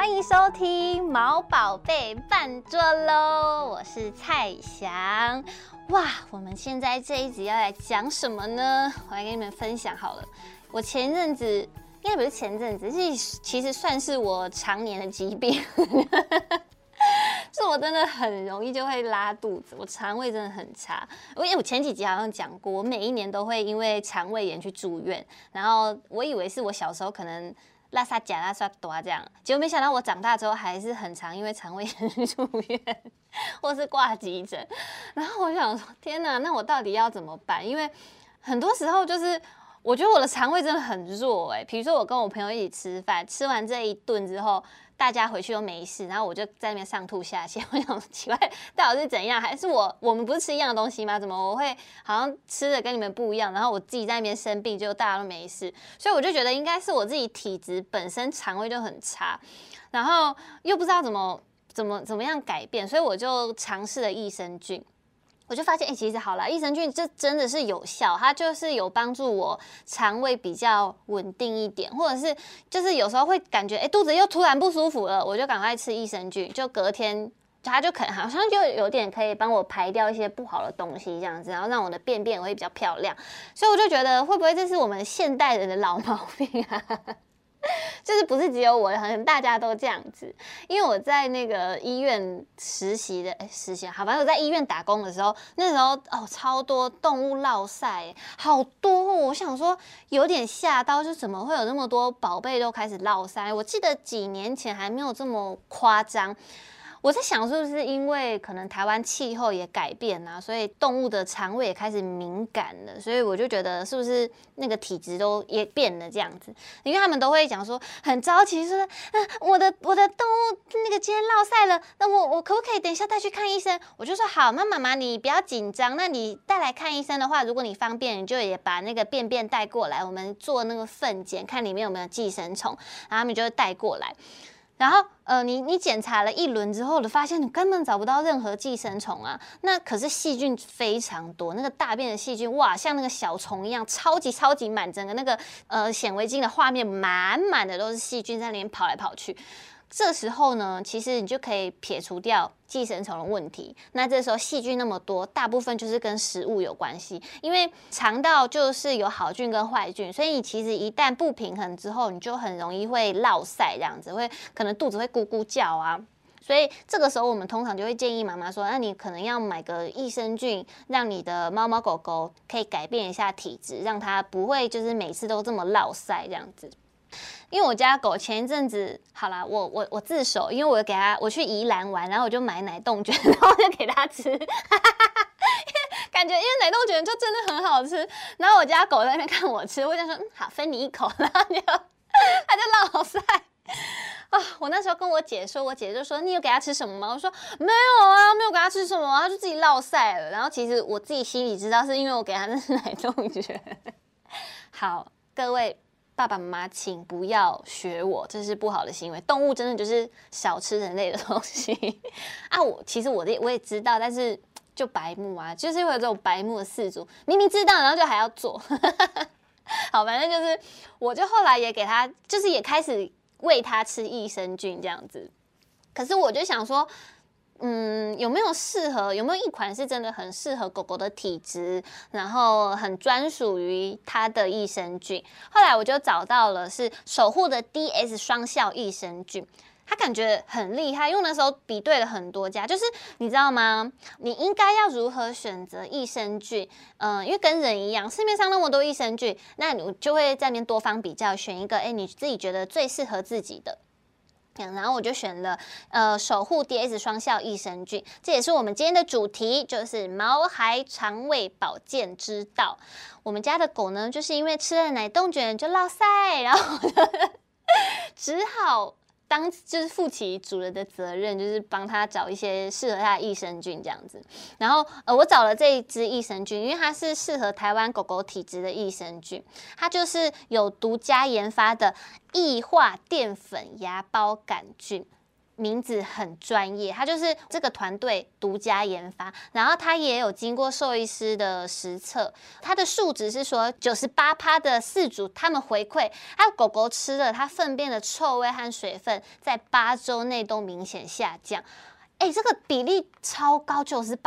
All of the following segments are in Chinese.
欢迎收听毛宝贝饭桌喽，我是蔡翔。哇，我们现在这一集要来讲什么呢？我来跟你们分享好了。我前阵子，应该不是前阵子，其实算是我常年的疾病。是我真的很容易就会拉肚子，我肠胃真的很差。因为我前几集好像讲过，我每一年都会因为肠胃炎去住院，然后我以为是我小时候可能拉撒假拉撒多这样，结果没想到我长大之后还是很常因为肠胃炎去住院，或是挂急诊。然后我想说，天哪，那我到底要怎么办？因为很多时候就是我觉得我的肠胃真的很弱比如说我跟我朋友一起吃饭，吃完这一顿之后，大家回去都没事，然后我就在那边上吐下泻。我想奇怪，到底是怎样？还是我们不是吃一样的东西吗？怎么我会好像吃的跟你们不一样？然后我自己在那边生病，结果大家都没事，所以我就觉得应该是我自己体质本身肠胃就很差，然后又不知道怎么样改变，所以我就尝试了益生菌。我就发现，其实好啦，益生菌这真的是有效，它就是有帮助我肠胃比较稳定一点，或者是就是有时候会感觉，肚子又突然不舒服了，我就赶快吃益生菌，就隔天它就好像就有点可以帮我排掉一些不好的东西这样子，然后让我的便便会比较漂亮，所以我就觉得会不会这是我们现代人的老毛病啊？就是不是只有我，好像大家都这样子。因为我在那个医院实习，好，反正我在医院打工的时候，那时候超多动物落晒，好多我想说有点吓到，就怎么会有那么多宝贝都开始落晒？我记得几年前还没有这么夸张。我在想，是不是因为可能台湾气候也改变啊，所以动物的肠胃也开始敏感了，所以我就觉得是不是那个体质都也变了这样子？因为他们都会讲说很着急，说我的动物那个今天落晒了，那我可不可以等一下带去看医生？我就说好，那妈妈你不要紧张，那你带来看医生的话，如果你方便，你就也把那个便便带过来，我们做那个粪检，看里面有没有寄生虫，然后他们就会带过来。然后你检查了一轮之后，发现你根本找不到任何寄生虫啊。那可是细菌非常多，那个大便的细菌哇，像那个小虫一样，超级满，整个那个显微镜的画面满满的都是细菌在那边跑来跑去。这时候呢，其实你就可以撇除掉寄生虫的问题。那这时候细菌那么多，大部分就是跟食物有关系，因为肠道就是有好菌跟坏菌，所以你其实一旦不平衡之后，你就很容易会落晒这样子，可能肚子会咕咕叫啊。所以这个时候我们通常就会建议妈妈说，那你可能要买个益生菌，让你的猫猫狗狗可以改变一下体质，让它不会就是每次都这么落晒这样子。因为我家狗前一阵子，好啦，我自首，因为我去宜兰玩，然后我就买奶冻卷，然后就给它吃，感觉因为奶冻卷就真的很好吃，然后我家狗在那边看我吃，我就说好，分你一口，然后它就落晒。我那时候跟我姐说，我姐就说你有给它吃什么吗？我说没有啊，没有给它吃什么，它就自己落晒了。然后其实我自己心里知道，是因为我给它那是奶冻卷。好，各位爸爸妈妈，请不要学我，这是不好的行为。动物真的就是少吃人类的东西啊！其实我也知道，但是就白目啊，就是会有这种白目的饲主，明明知道，然后就还要做。好，反正就是，我就后来也给他，就是也开始喂他吃益生菌这样子。可是我就想说，有没有一款是真的很适合狗狗的体质，然后很专属于它的益生菌？后来我就找到了是守护的 DS 双效益生菌。他感觉很厉害，因为那时候比对了很多家，就是你知道吗？你应该要如何选择益生菌？因为跟人一样，市面上那么多益生菌，那你就会在那边多方比较，选一个你自己觉得最适合自己的。然后我就选了守护 DS 双效益生菌，这也是我们今天的主题，就是毛孩肠胃保健之道。我们家的狗呢，就是因为吃了奶冻卷就落晒，然后我就只好就是负起主人的责任，就是帮他找一些适合他的益生菌这样子。然后我找了这一支益生菌，因为它是适合台湾狗狗体质的益生菌，它就是有独家研发的异化淀粉芽孢杆菌。 名字很专业，它就是这个团队独家研发，然后它也有经过兽医师的实测，它的数值是说98%的饲主他们回馈，它狗狗吃了它粪便的臭味和水分，在8周内都明显下降。这个比例超高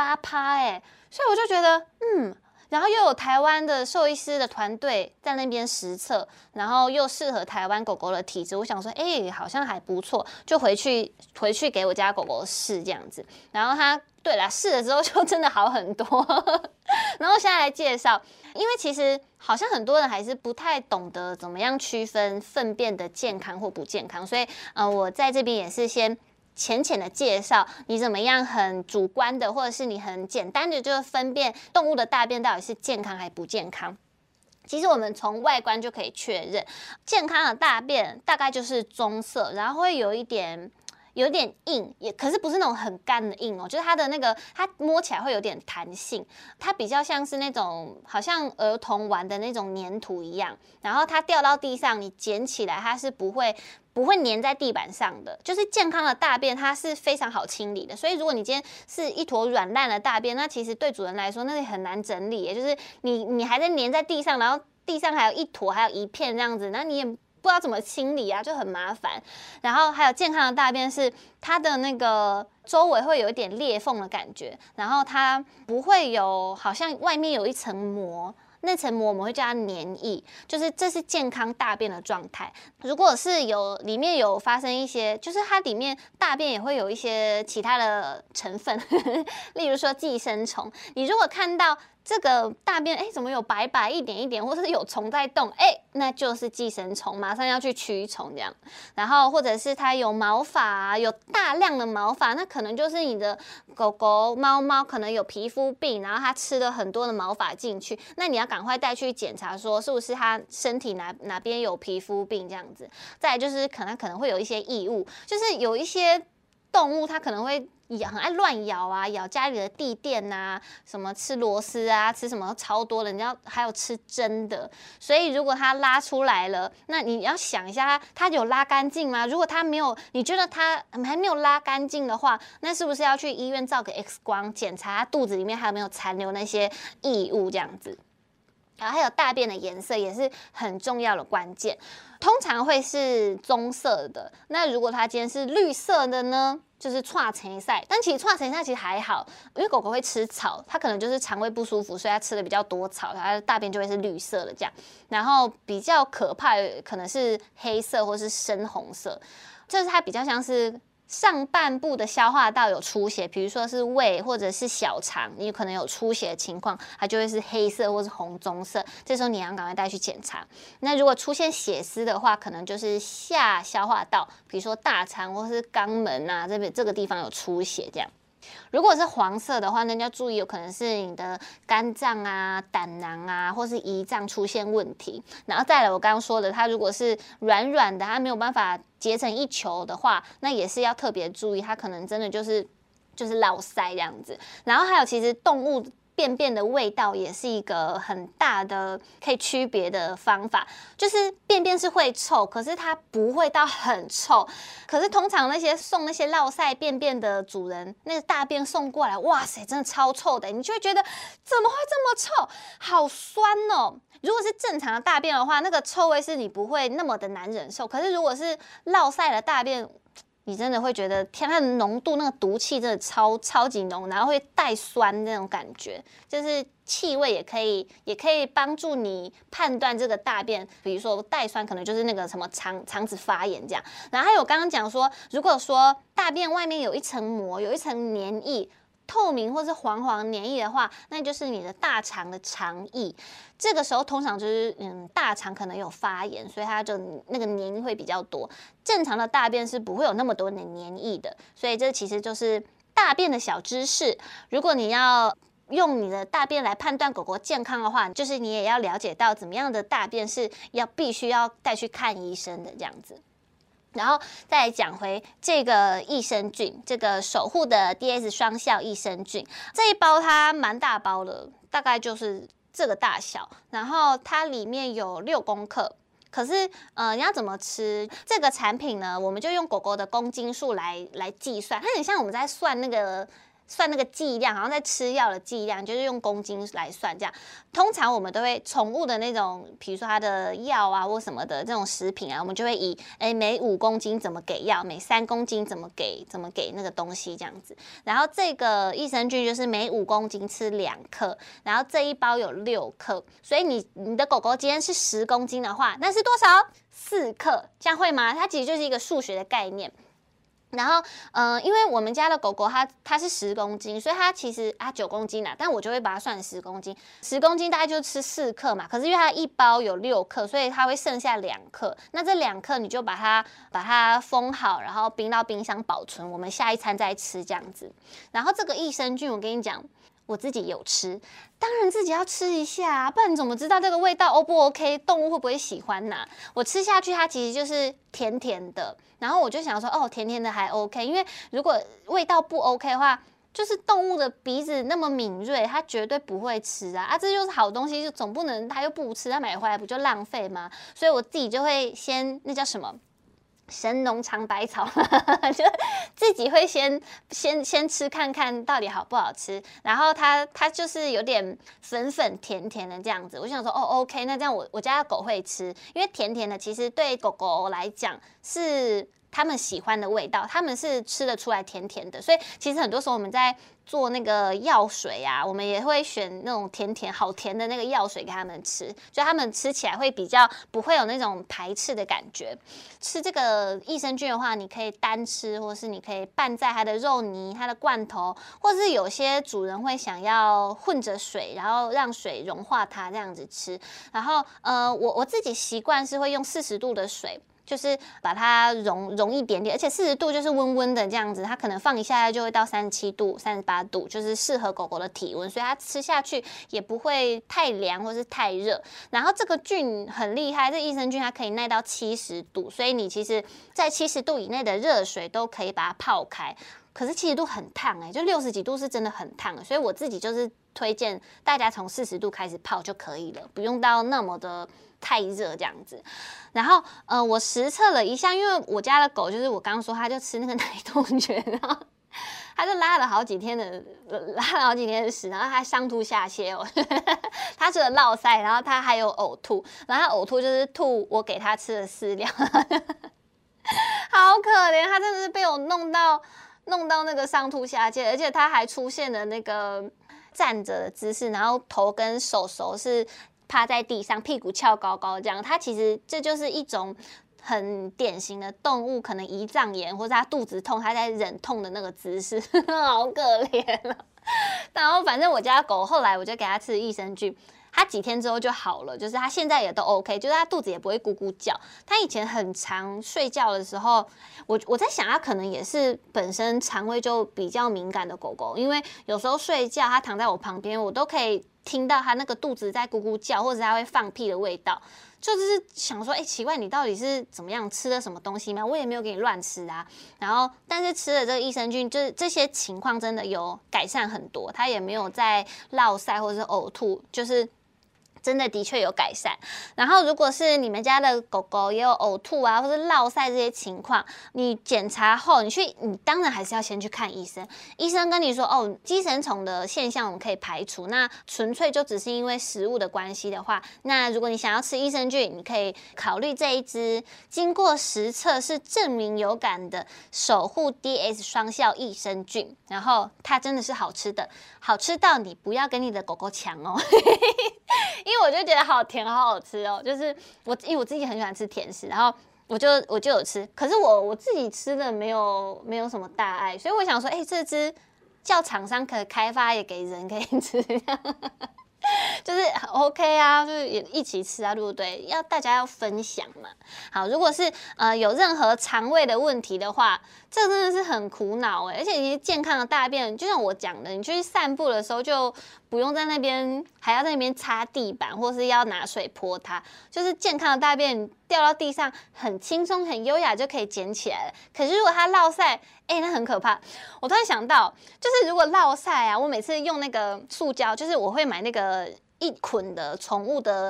，98%所以我就觉得然后又有台湾的兽医师的团队在那边实测，然后又适合台湾狗狗的体质，我想说，好像还不错，就回去给我家狗狗试这样子。然后它对啦，试了之后就真的好很多。然后现在来介绍，因为其实好像很多人还是不太懂得怎么样区分粪便的健康或不健康，所以我在这边也是先浅浅的介绍你怎么样很主观的，或者是你很简单的就分辨动物的大便到底是健康还不健康。其实我们从外观就可以确认，健康的大便大概就是棕色，然后会有一点硬，可是不是那种很干的硬哦，就是它的那个它摸起来会有点弹性，它比较像是那种好像儿童玩的那种粘土一样，然后它掉到地上，你捡起来它是不会粘在地板上的，就是健康的大便它是非常好清理的。所以如果你今天是一坨软烂的大便，那其实对主人来说那里很难整理，就是你还在粘在地上，然后地上还有一坨还有一片这样子，那你也不知道怎么清理啊，就很麻烦。然后还有健康的大便是它的那个周围会有一点裂缝的感觉，然后它不会有好像外面有一层膜。那层膜我们会叫它黏液，就是这是健康大便的状态。如果是里面有发生一些，就是它里面大便也会有一些其他的成分，例如说寄生虫。你如果看到这个大便怎么有白白一点一点，或是有虫在动，那就是寄生虫，马上要去驱虫这样。然后或者是它有毛发啊，有大量的毛发，那可能就是你的狗狗、猫猫可能有皮肤病，然后它吃了很多的毛发进去，那你要赶快带去检查，说是不是它身体哪边有皮肤病这样子。再来就是可能会有一些异物，就是有一些动物它可能会很爱乱咬啊，咬家里的地垫啊，什么吃螺丝啊，吃什么超多的，你要还有吃真的。所以如果它拉出来了，那你要想一下它有拉干净吗？如果它没有，你觉得它还没有拉干净的话，那是不是要去医院照个 X 光，检查它肚子里面还有没有残留那些异物这样子。然后还有大便的颜色也是很重要的关键，通常会是棕色的。那如果它今天是绿色的呢？就是串成赛，但其实串成赛其实还好，因为狗狗会吃草，它可能就是肠胃不舒服，所以它吃的比较多草，它的大便就会是绿色的这样。然后比较可怕的可能是黑色或是深红色，就是它比较像是上半部的消化道有出血，比如说是胃或者是小肠，你可能有出血的情况，它就会是黑色或是红棕色，这时候你要赶快带去检查。那如果出现血丝的话，可能就是下消化道，比如说大肠或是肛门啊，这个地方有出血这样。如果是黄色的话，那你要注意，有可能是你的肝脏啊、胆囊啊，或是胰脏出现问题。然后再来，我刚刚说的，它如果是软软的，它没有办法结成一球的话，那也是要特别注意，它可能真的就是落腮这样子。然后还有，其实动物便便的味道也是一个很大的可以区别的方法，就是便便是会臭，可是它不会到很臭。可是通常送那些落晒便便的主人，那个大便送过来，哇塞，真的超臭的，你就会觉得怎么会这么臭，好酸哦。如果是正常的大便的话，那个臭味是你不会那么的难忍受。可是如果是落晒的大便，你真的会觉得天，它的浓度那个毒气真的超级浓，然后会带酸那种感觉，就是气味也可以帮助你判断这个大便，比如说带酸可能就是那个什么肠子发炎这样。然后还有刚刚讲说，如果说大便外面有一层膜，有一层黏液，透明或是黄黏液的话，那就是你的大肠的肠液。这个时候通常就是大肠可能有发炎，所以它就那个黏液会比较多。正常的大便是不会有那么多的黏液的，所以这其实就是大便的小知识。如果你要用你的大便来判断狗狗健康的话，就是你也要了解到怎么样的大便是必须要带去看医生的这样子。然后再来讲回这个益生菌，这个守护的 DS 双效益生菌，这一包它蛮大包的，大概就是这个大小，然后它里面有6公克， 可是你要怎么吃这个产品呢？我们就用狗狗的公斤数来计算，它很像我们在算那个剂量，好像在吃药的剂量，就是用公斤来算这样。通常我们都会宠物的那种，比如说它的药啊或什么的这种食品啊，我们就会以每5公斤怎么给药，每3公斤怎么给那个东西这样子。然后这个益生菌就是每5公斤吃2克，然后这一包有6克，所以你的狗狗今天是10公斤的话，那是多少？4克，这样会吗？它其实就是一个数学的概念。然后，因为我们家的狗狗它是10公斤，所以它其实9公斤啦，但我就会把它算10公斤，10公斤大概就吃4克嘛。可是因为它一包有6克，所以它会剩下2克。那这2克你就把它封好，然后冰到冰箱保存，我们下一餐再吃这样子。然后这个益生菌，我跟你讲，我自己有吃，当然自己要吃一下啊，不然你怎么知道这个味道 O 不 OK， 动物会不会喜欢呢？我吃下去，它其实就是甜甜的，然后我就想说，甜甜的还 OK， 因为如果味道不 OK 的话，就是动物的鼻子那么敏锐，它绝对不会吃啊！这就是好东西，就总不能它又不吃，它买回来不就浪费吗？所以我自己就会先那叫什么？神农尝百草，就自己会先吃看看到底好不好吃，然后它就是有点粉粉甜甜的这样子，我想说OK， 那这样我家的狗会吃，因为甜甜的其实对狗狗来讲是他们喜欢的味道，他们是吃得出来甜甜的，所以其实很多时候我们在做那个药水啊，我们也会选那种甜甜好甜的那个药水给他们吃，就他们吃起来会比较不会有那种排斥的感觉。吃这个益生菌的话，你可以单吃，或是你可以拌在它的肉泥、它的罐头，或是有些主人会想要混着水，然后让水融化它这样子吃。然后我自己习惯是会用40度的水。就是把它融一点点，而且40度就是温温的这样子，它可能放一下就会到37度、38度，就是适合狗狗的体温，所以它吃下去也不会太凉或是太热。然后这个菌很厉害，这益生菌它可以耐到70度，所以你其实在70度以内的热水都可以把它泡开。可是70度很烫就60几度是真的很烫，所以我自己就是推荐大家从40度开始泡就可以了，不用到那么的太热这样子。然后我实测了一下，因为我家的狗就是我刚刚说它就吃那个奶冻卷，然后它就拉了好几天的屎，然后它上吐下泻它除了落腮，然后它还有呕吐，然后它呕吐就是吐我给它吃的饲料好可怜，它真的是被我弄到那个上吐下泻，而且它还出现了那个站着的姿势，然后头跟手是趴在地上，屁股翘高高这样。它其实这就是一种很典型的动物可能胰脏炎或者它肚子痛，它在忍痛的那个姿势好可怜然后反正我家狗后来我就给它吃益生菌，它几天之后就好了，就是它现在也都 OK， 就是它肚子也不会咕咕叫。它以前很常睡觉的时候，我在想它可能也是本身肠胃就比较敏感的狗狗，因为有时候睡觉它躺在我旁边，我都可以听到它那个肚子在咕咕叫，或者它会放屁的味道。就是想说，奇怪，你到底是怎么样吃了什么东西吗？我也没有给你乱吃啊。然后，但是吃了这个益生菌，就是这些情况真的有改善很多，它也没有在落腮或者是呕吐，就是真的的确有改善。然后如果是你们家的狗狗也有呕吐啊，或者落腮这些情况，你检查后你当然还是要先去看医生。医生跟你说寄生虫的现象我们可以排除，那纯粹就只是因为食物的关系的话，那如果你想要吃益生菌，你可以考虑这一支经过实测是证明有感的守护 DS 双效益生菌，然后它真的是好吃的，好吃到你不要跟你的狗狗抢因为我就觉得好甜好好吃就是因为我自己很喜欢吃甜食，然后我就有吃，可是我自己吃的没有什么大碍，所以我想说这支叫厂商可以开发也给人可以吃就是 OK 啊，就是也一起吃啊，对不对？大家要分享嘛。好，如果是有任何肠胃的问题的话，这真的是很苦恼而且你健康的大便，就像我讲的，你去散步的时候就不用在那边还要在那边擦地板，或是要拿水泼它，就是健康的大便掉到地上很轻松很优雅就可以捡起来了。可是如果它落腮，那很可怕。我突然想到，就是如果落腮啊，我每次用那个塑胶，就是我会买那个一捆的宠物的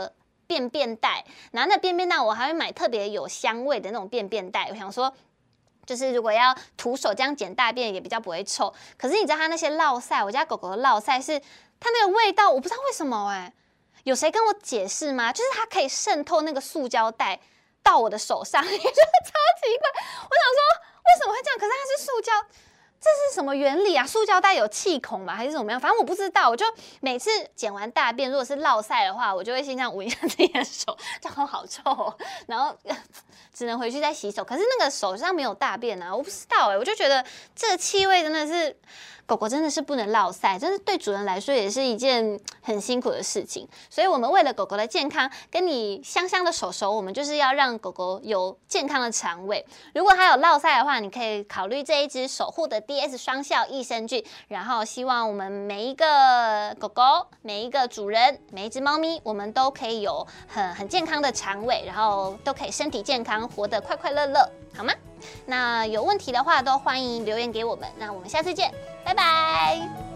便便袋，然后那便便袋我还会买特别有香味的那种便便袋，我想说。就是如果要徒手这样捡大便也比较不会臭，可是你知道它那些落塞，我家狗狗的落塞是它那个味道，我不知道为什么有谁跟我解释吗？就是它可以渗透那个塑胶袋到我的手上，你觉得超奇怪。我想说为什么会这样？可是它是塑胶。这是什么原理啊？塑胶袋有气孔吗？还是怎么样？反正我不知道。我就每次捡完大便，如果是落塞的话，我就会先这样闻一下自己的手，这样好臭哦。然后只能回去再洗手。可是那个手上没有大便啊，我不知道我就觉得这个气味真的是。狗狗真的是不能落塞，真是对主人来说也是一件很辛苦的事情。所以，我们为了狗狗的健康，跟你香香的手手，我们就是要让狗狗有健康的肠胃。如果它有落塞的话，你可以考虑这一支守护的 DS 双效益生菌。然后，希望我们每一个狗狗、每一个主人、每一只猫咪，我们都可以有很健康的肠胃，然后都可以身体健康，活得快快乐乐，好吗？那有问题的话，都欢迎留言给我们。那我们下次见，拜拜。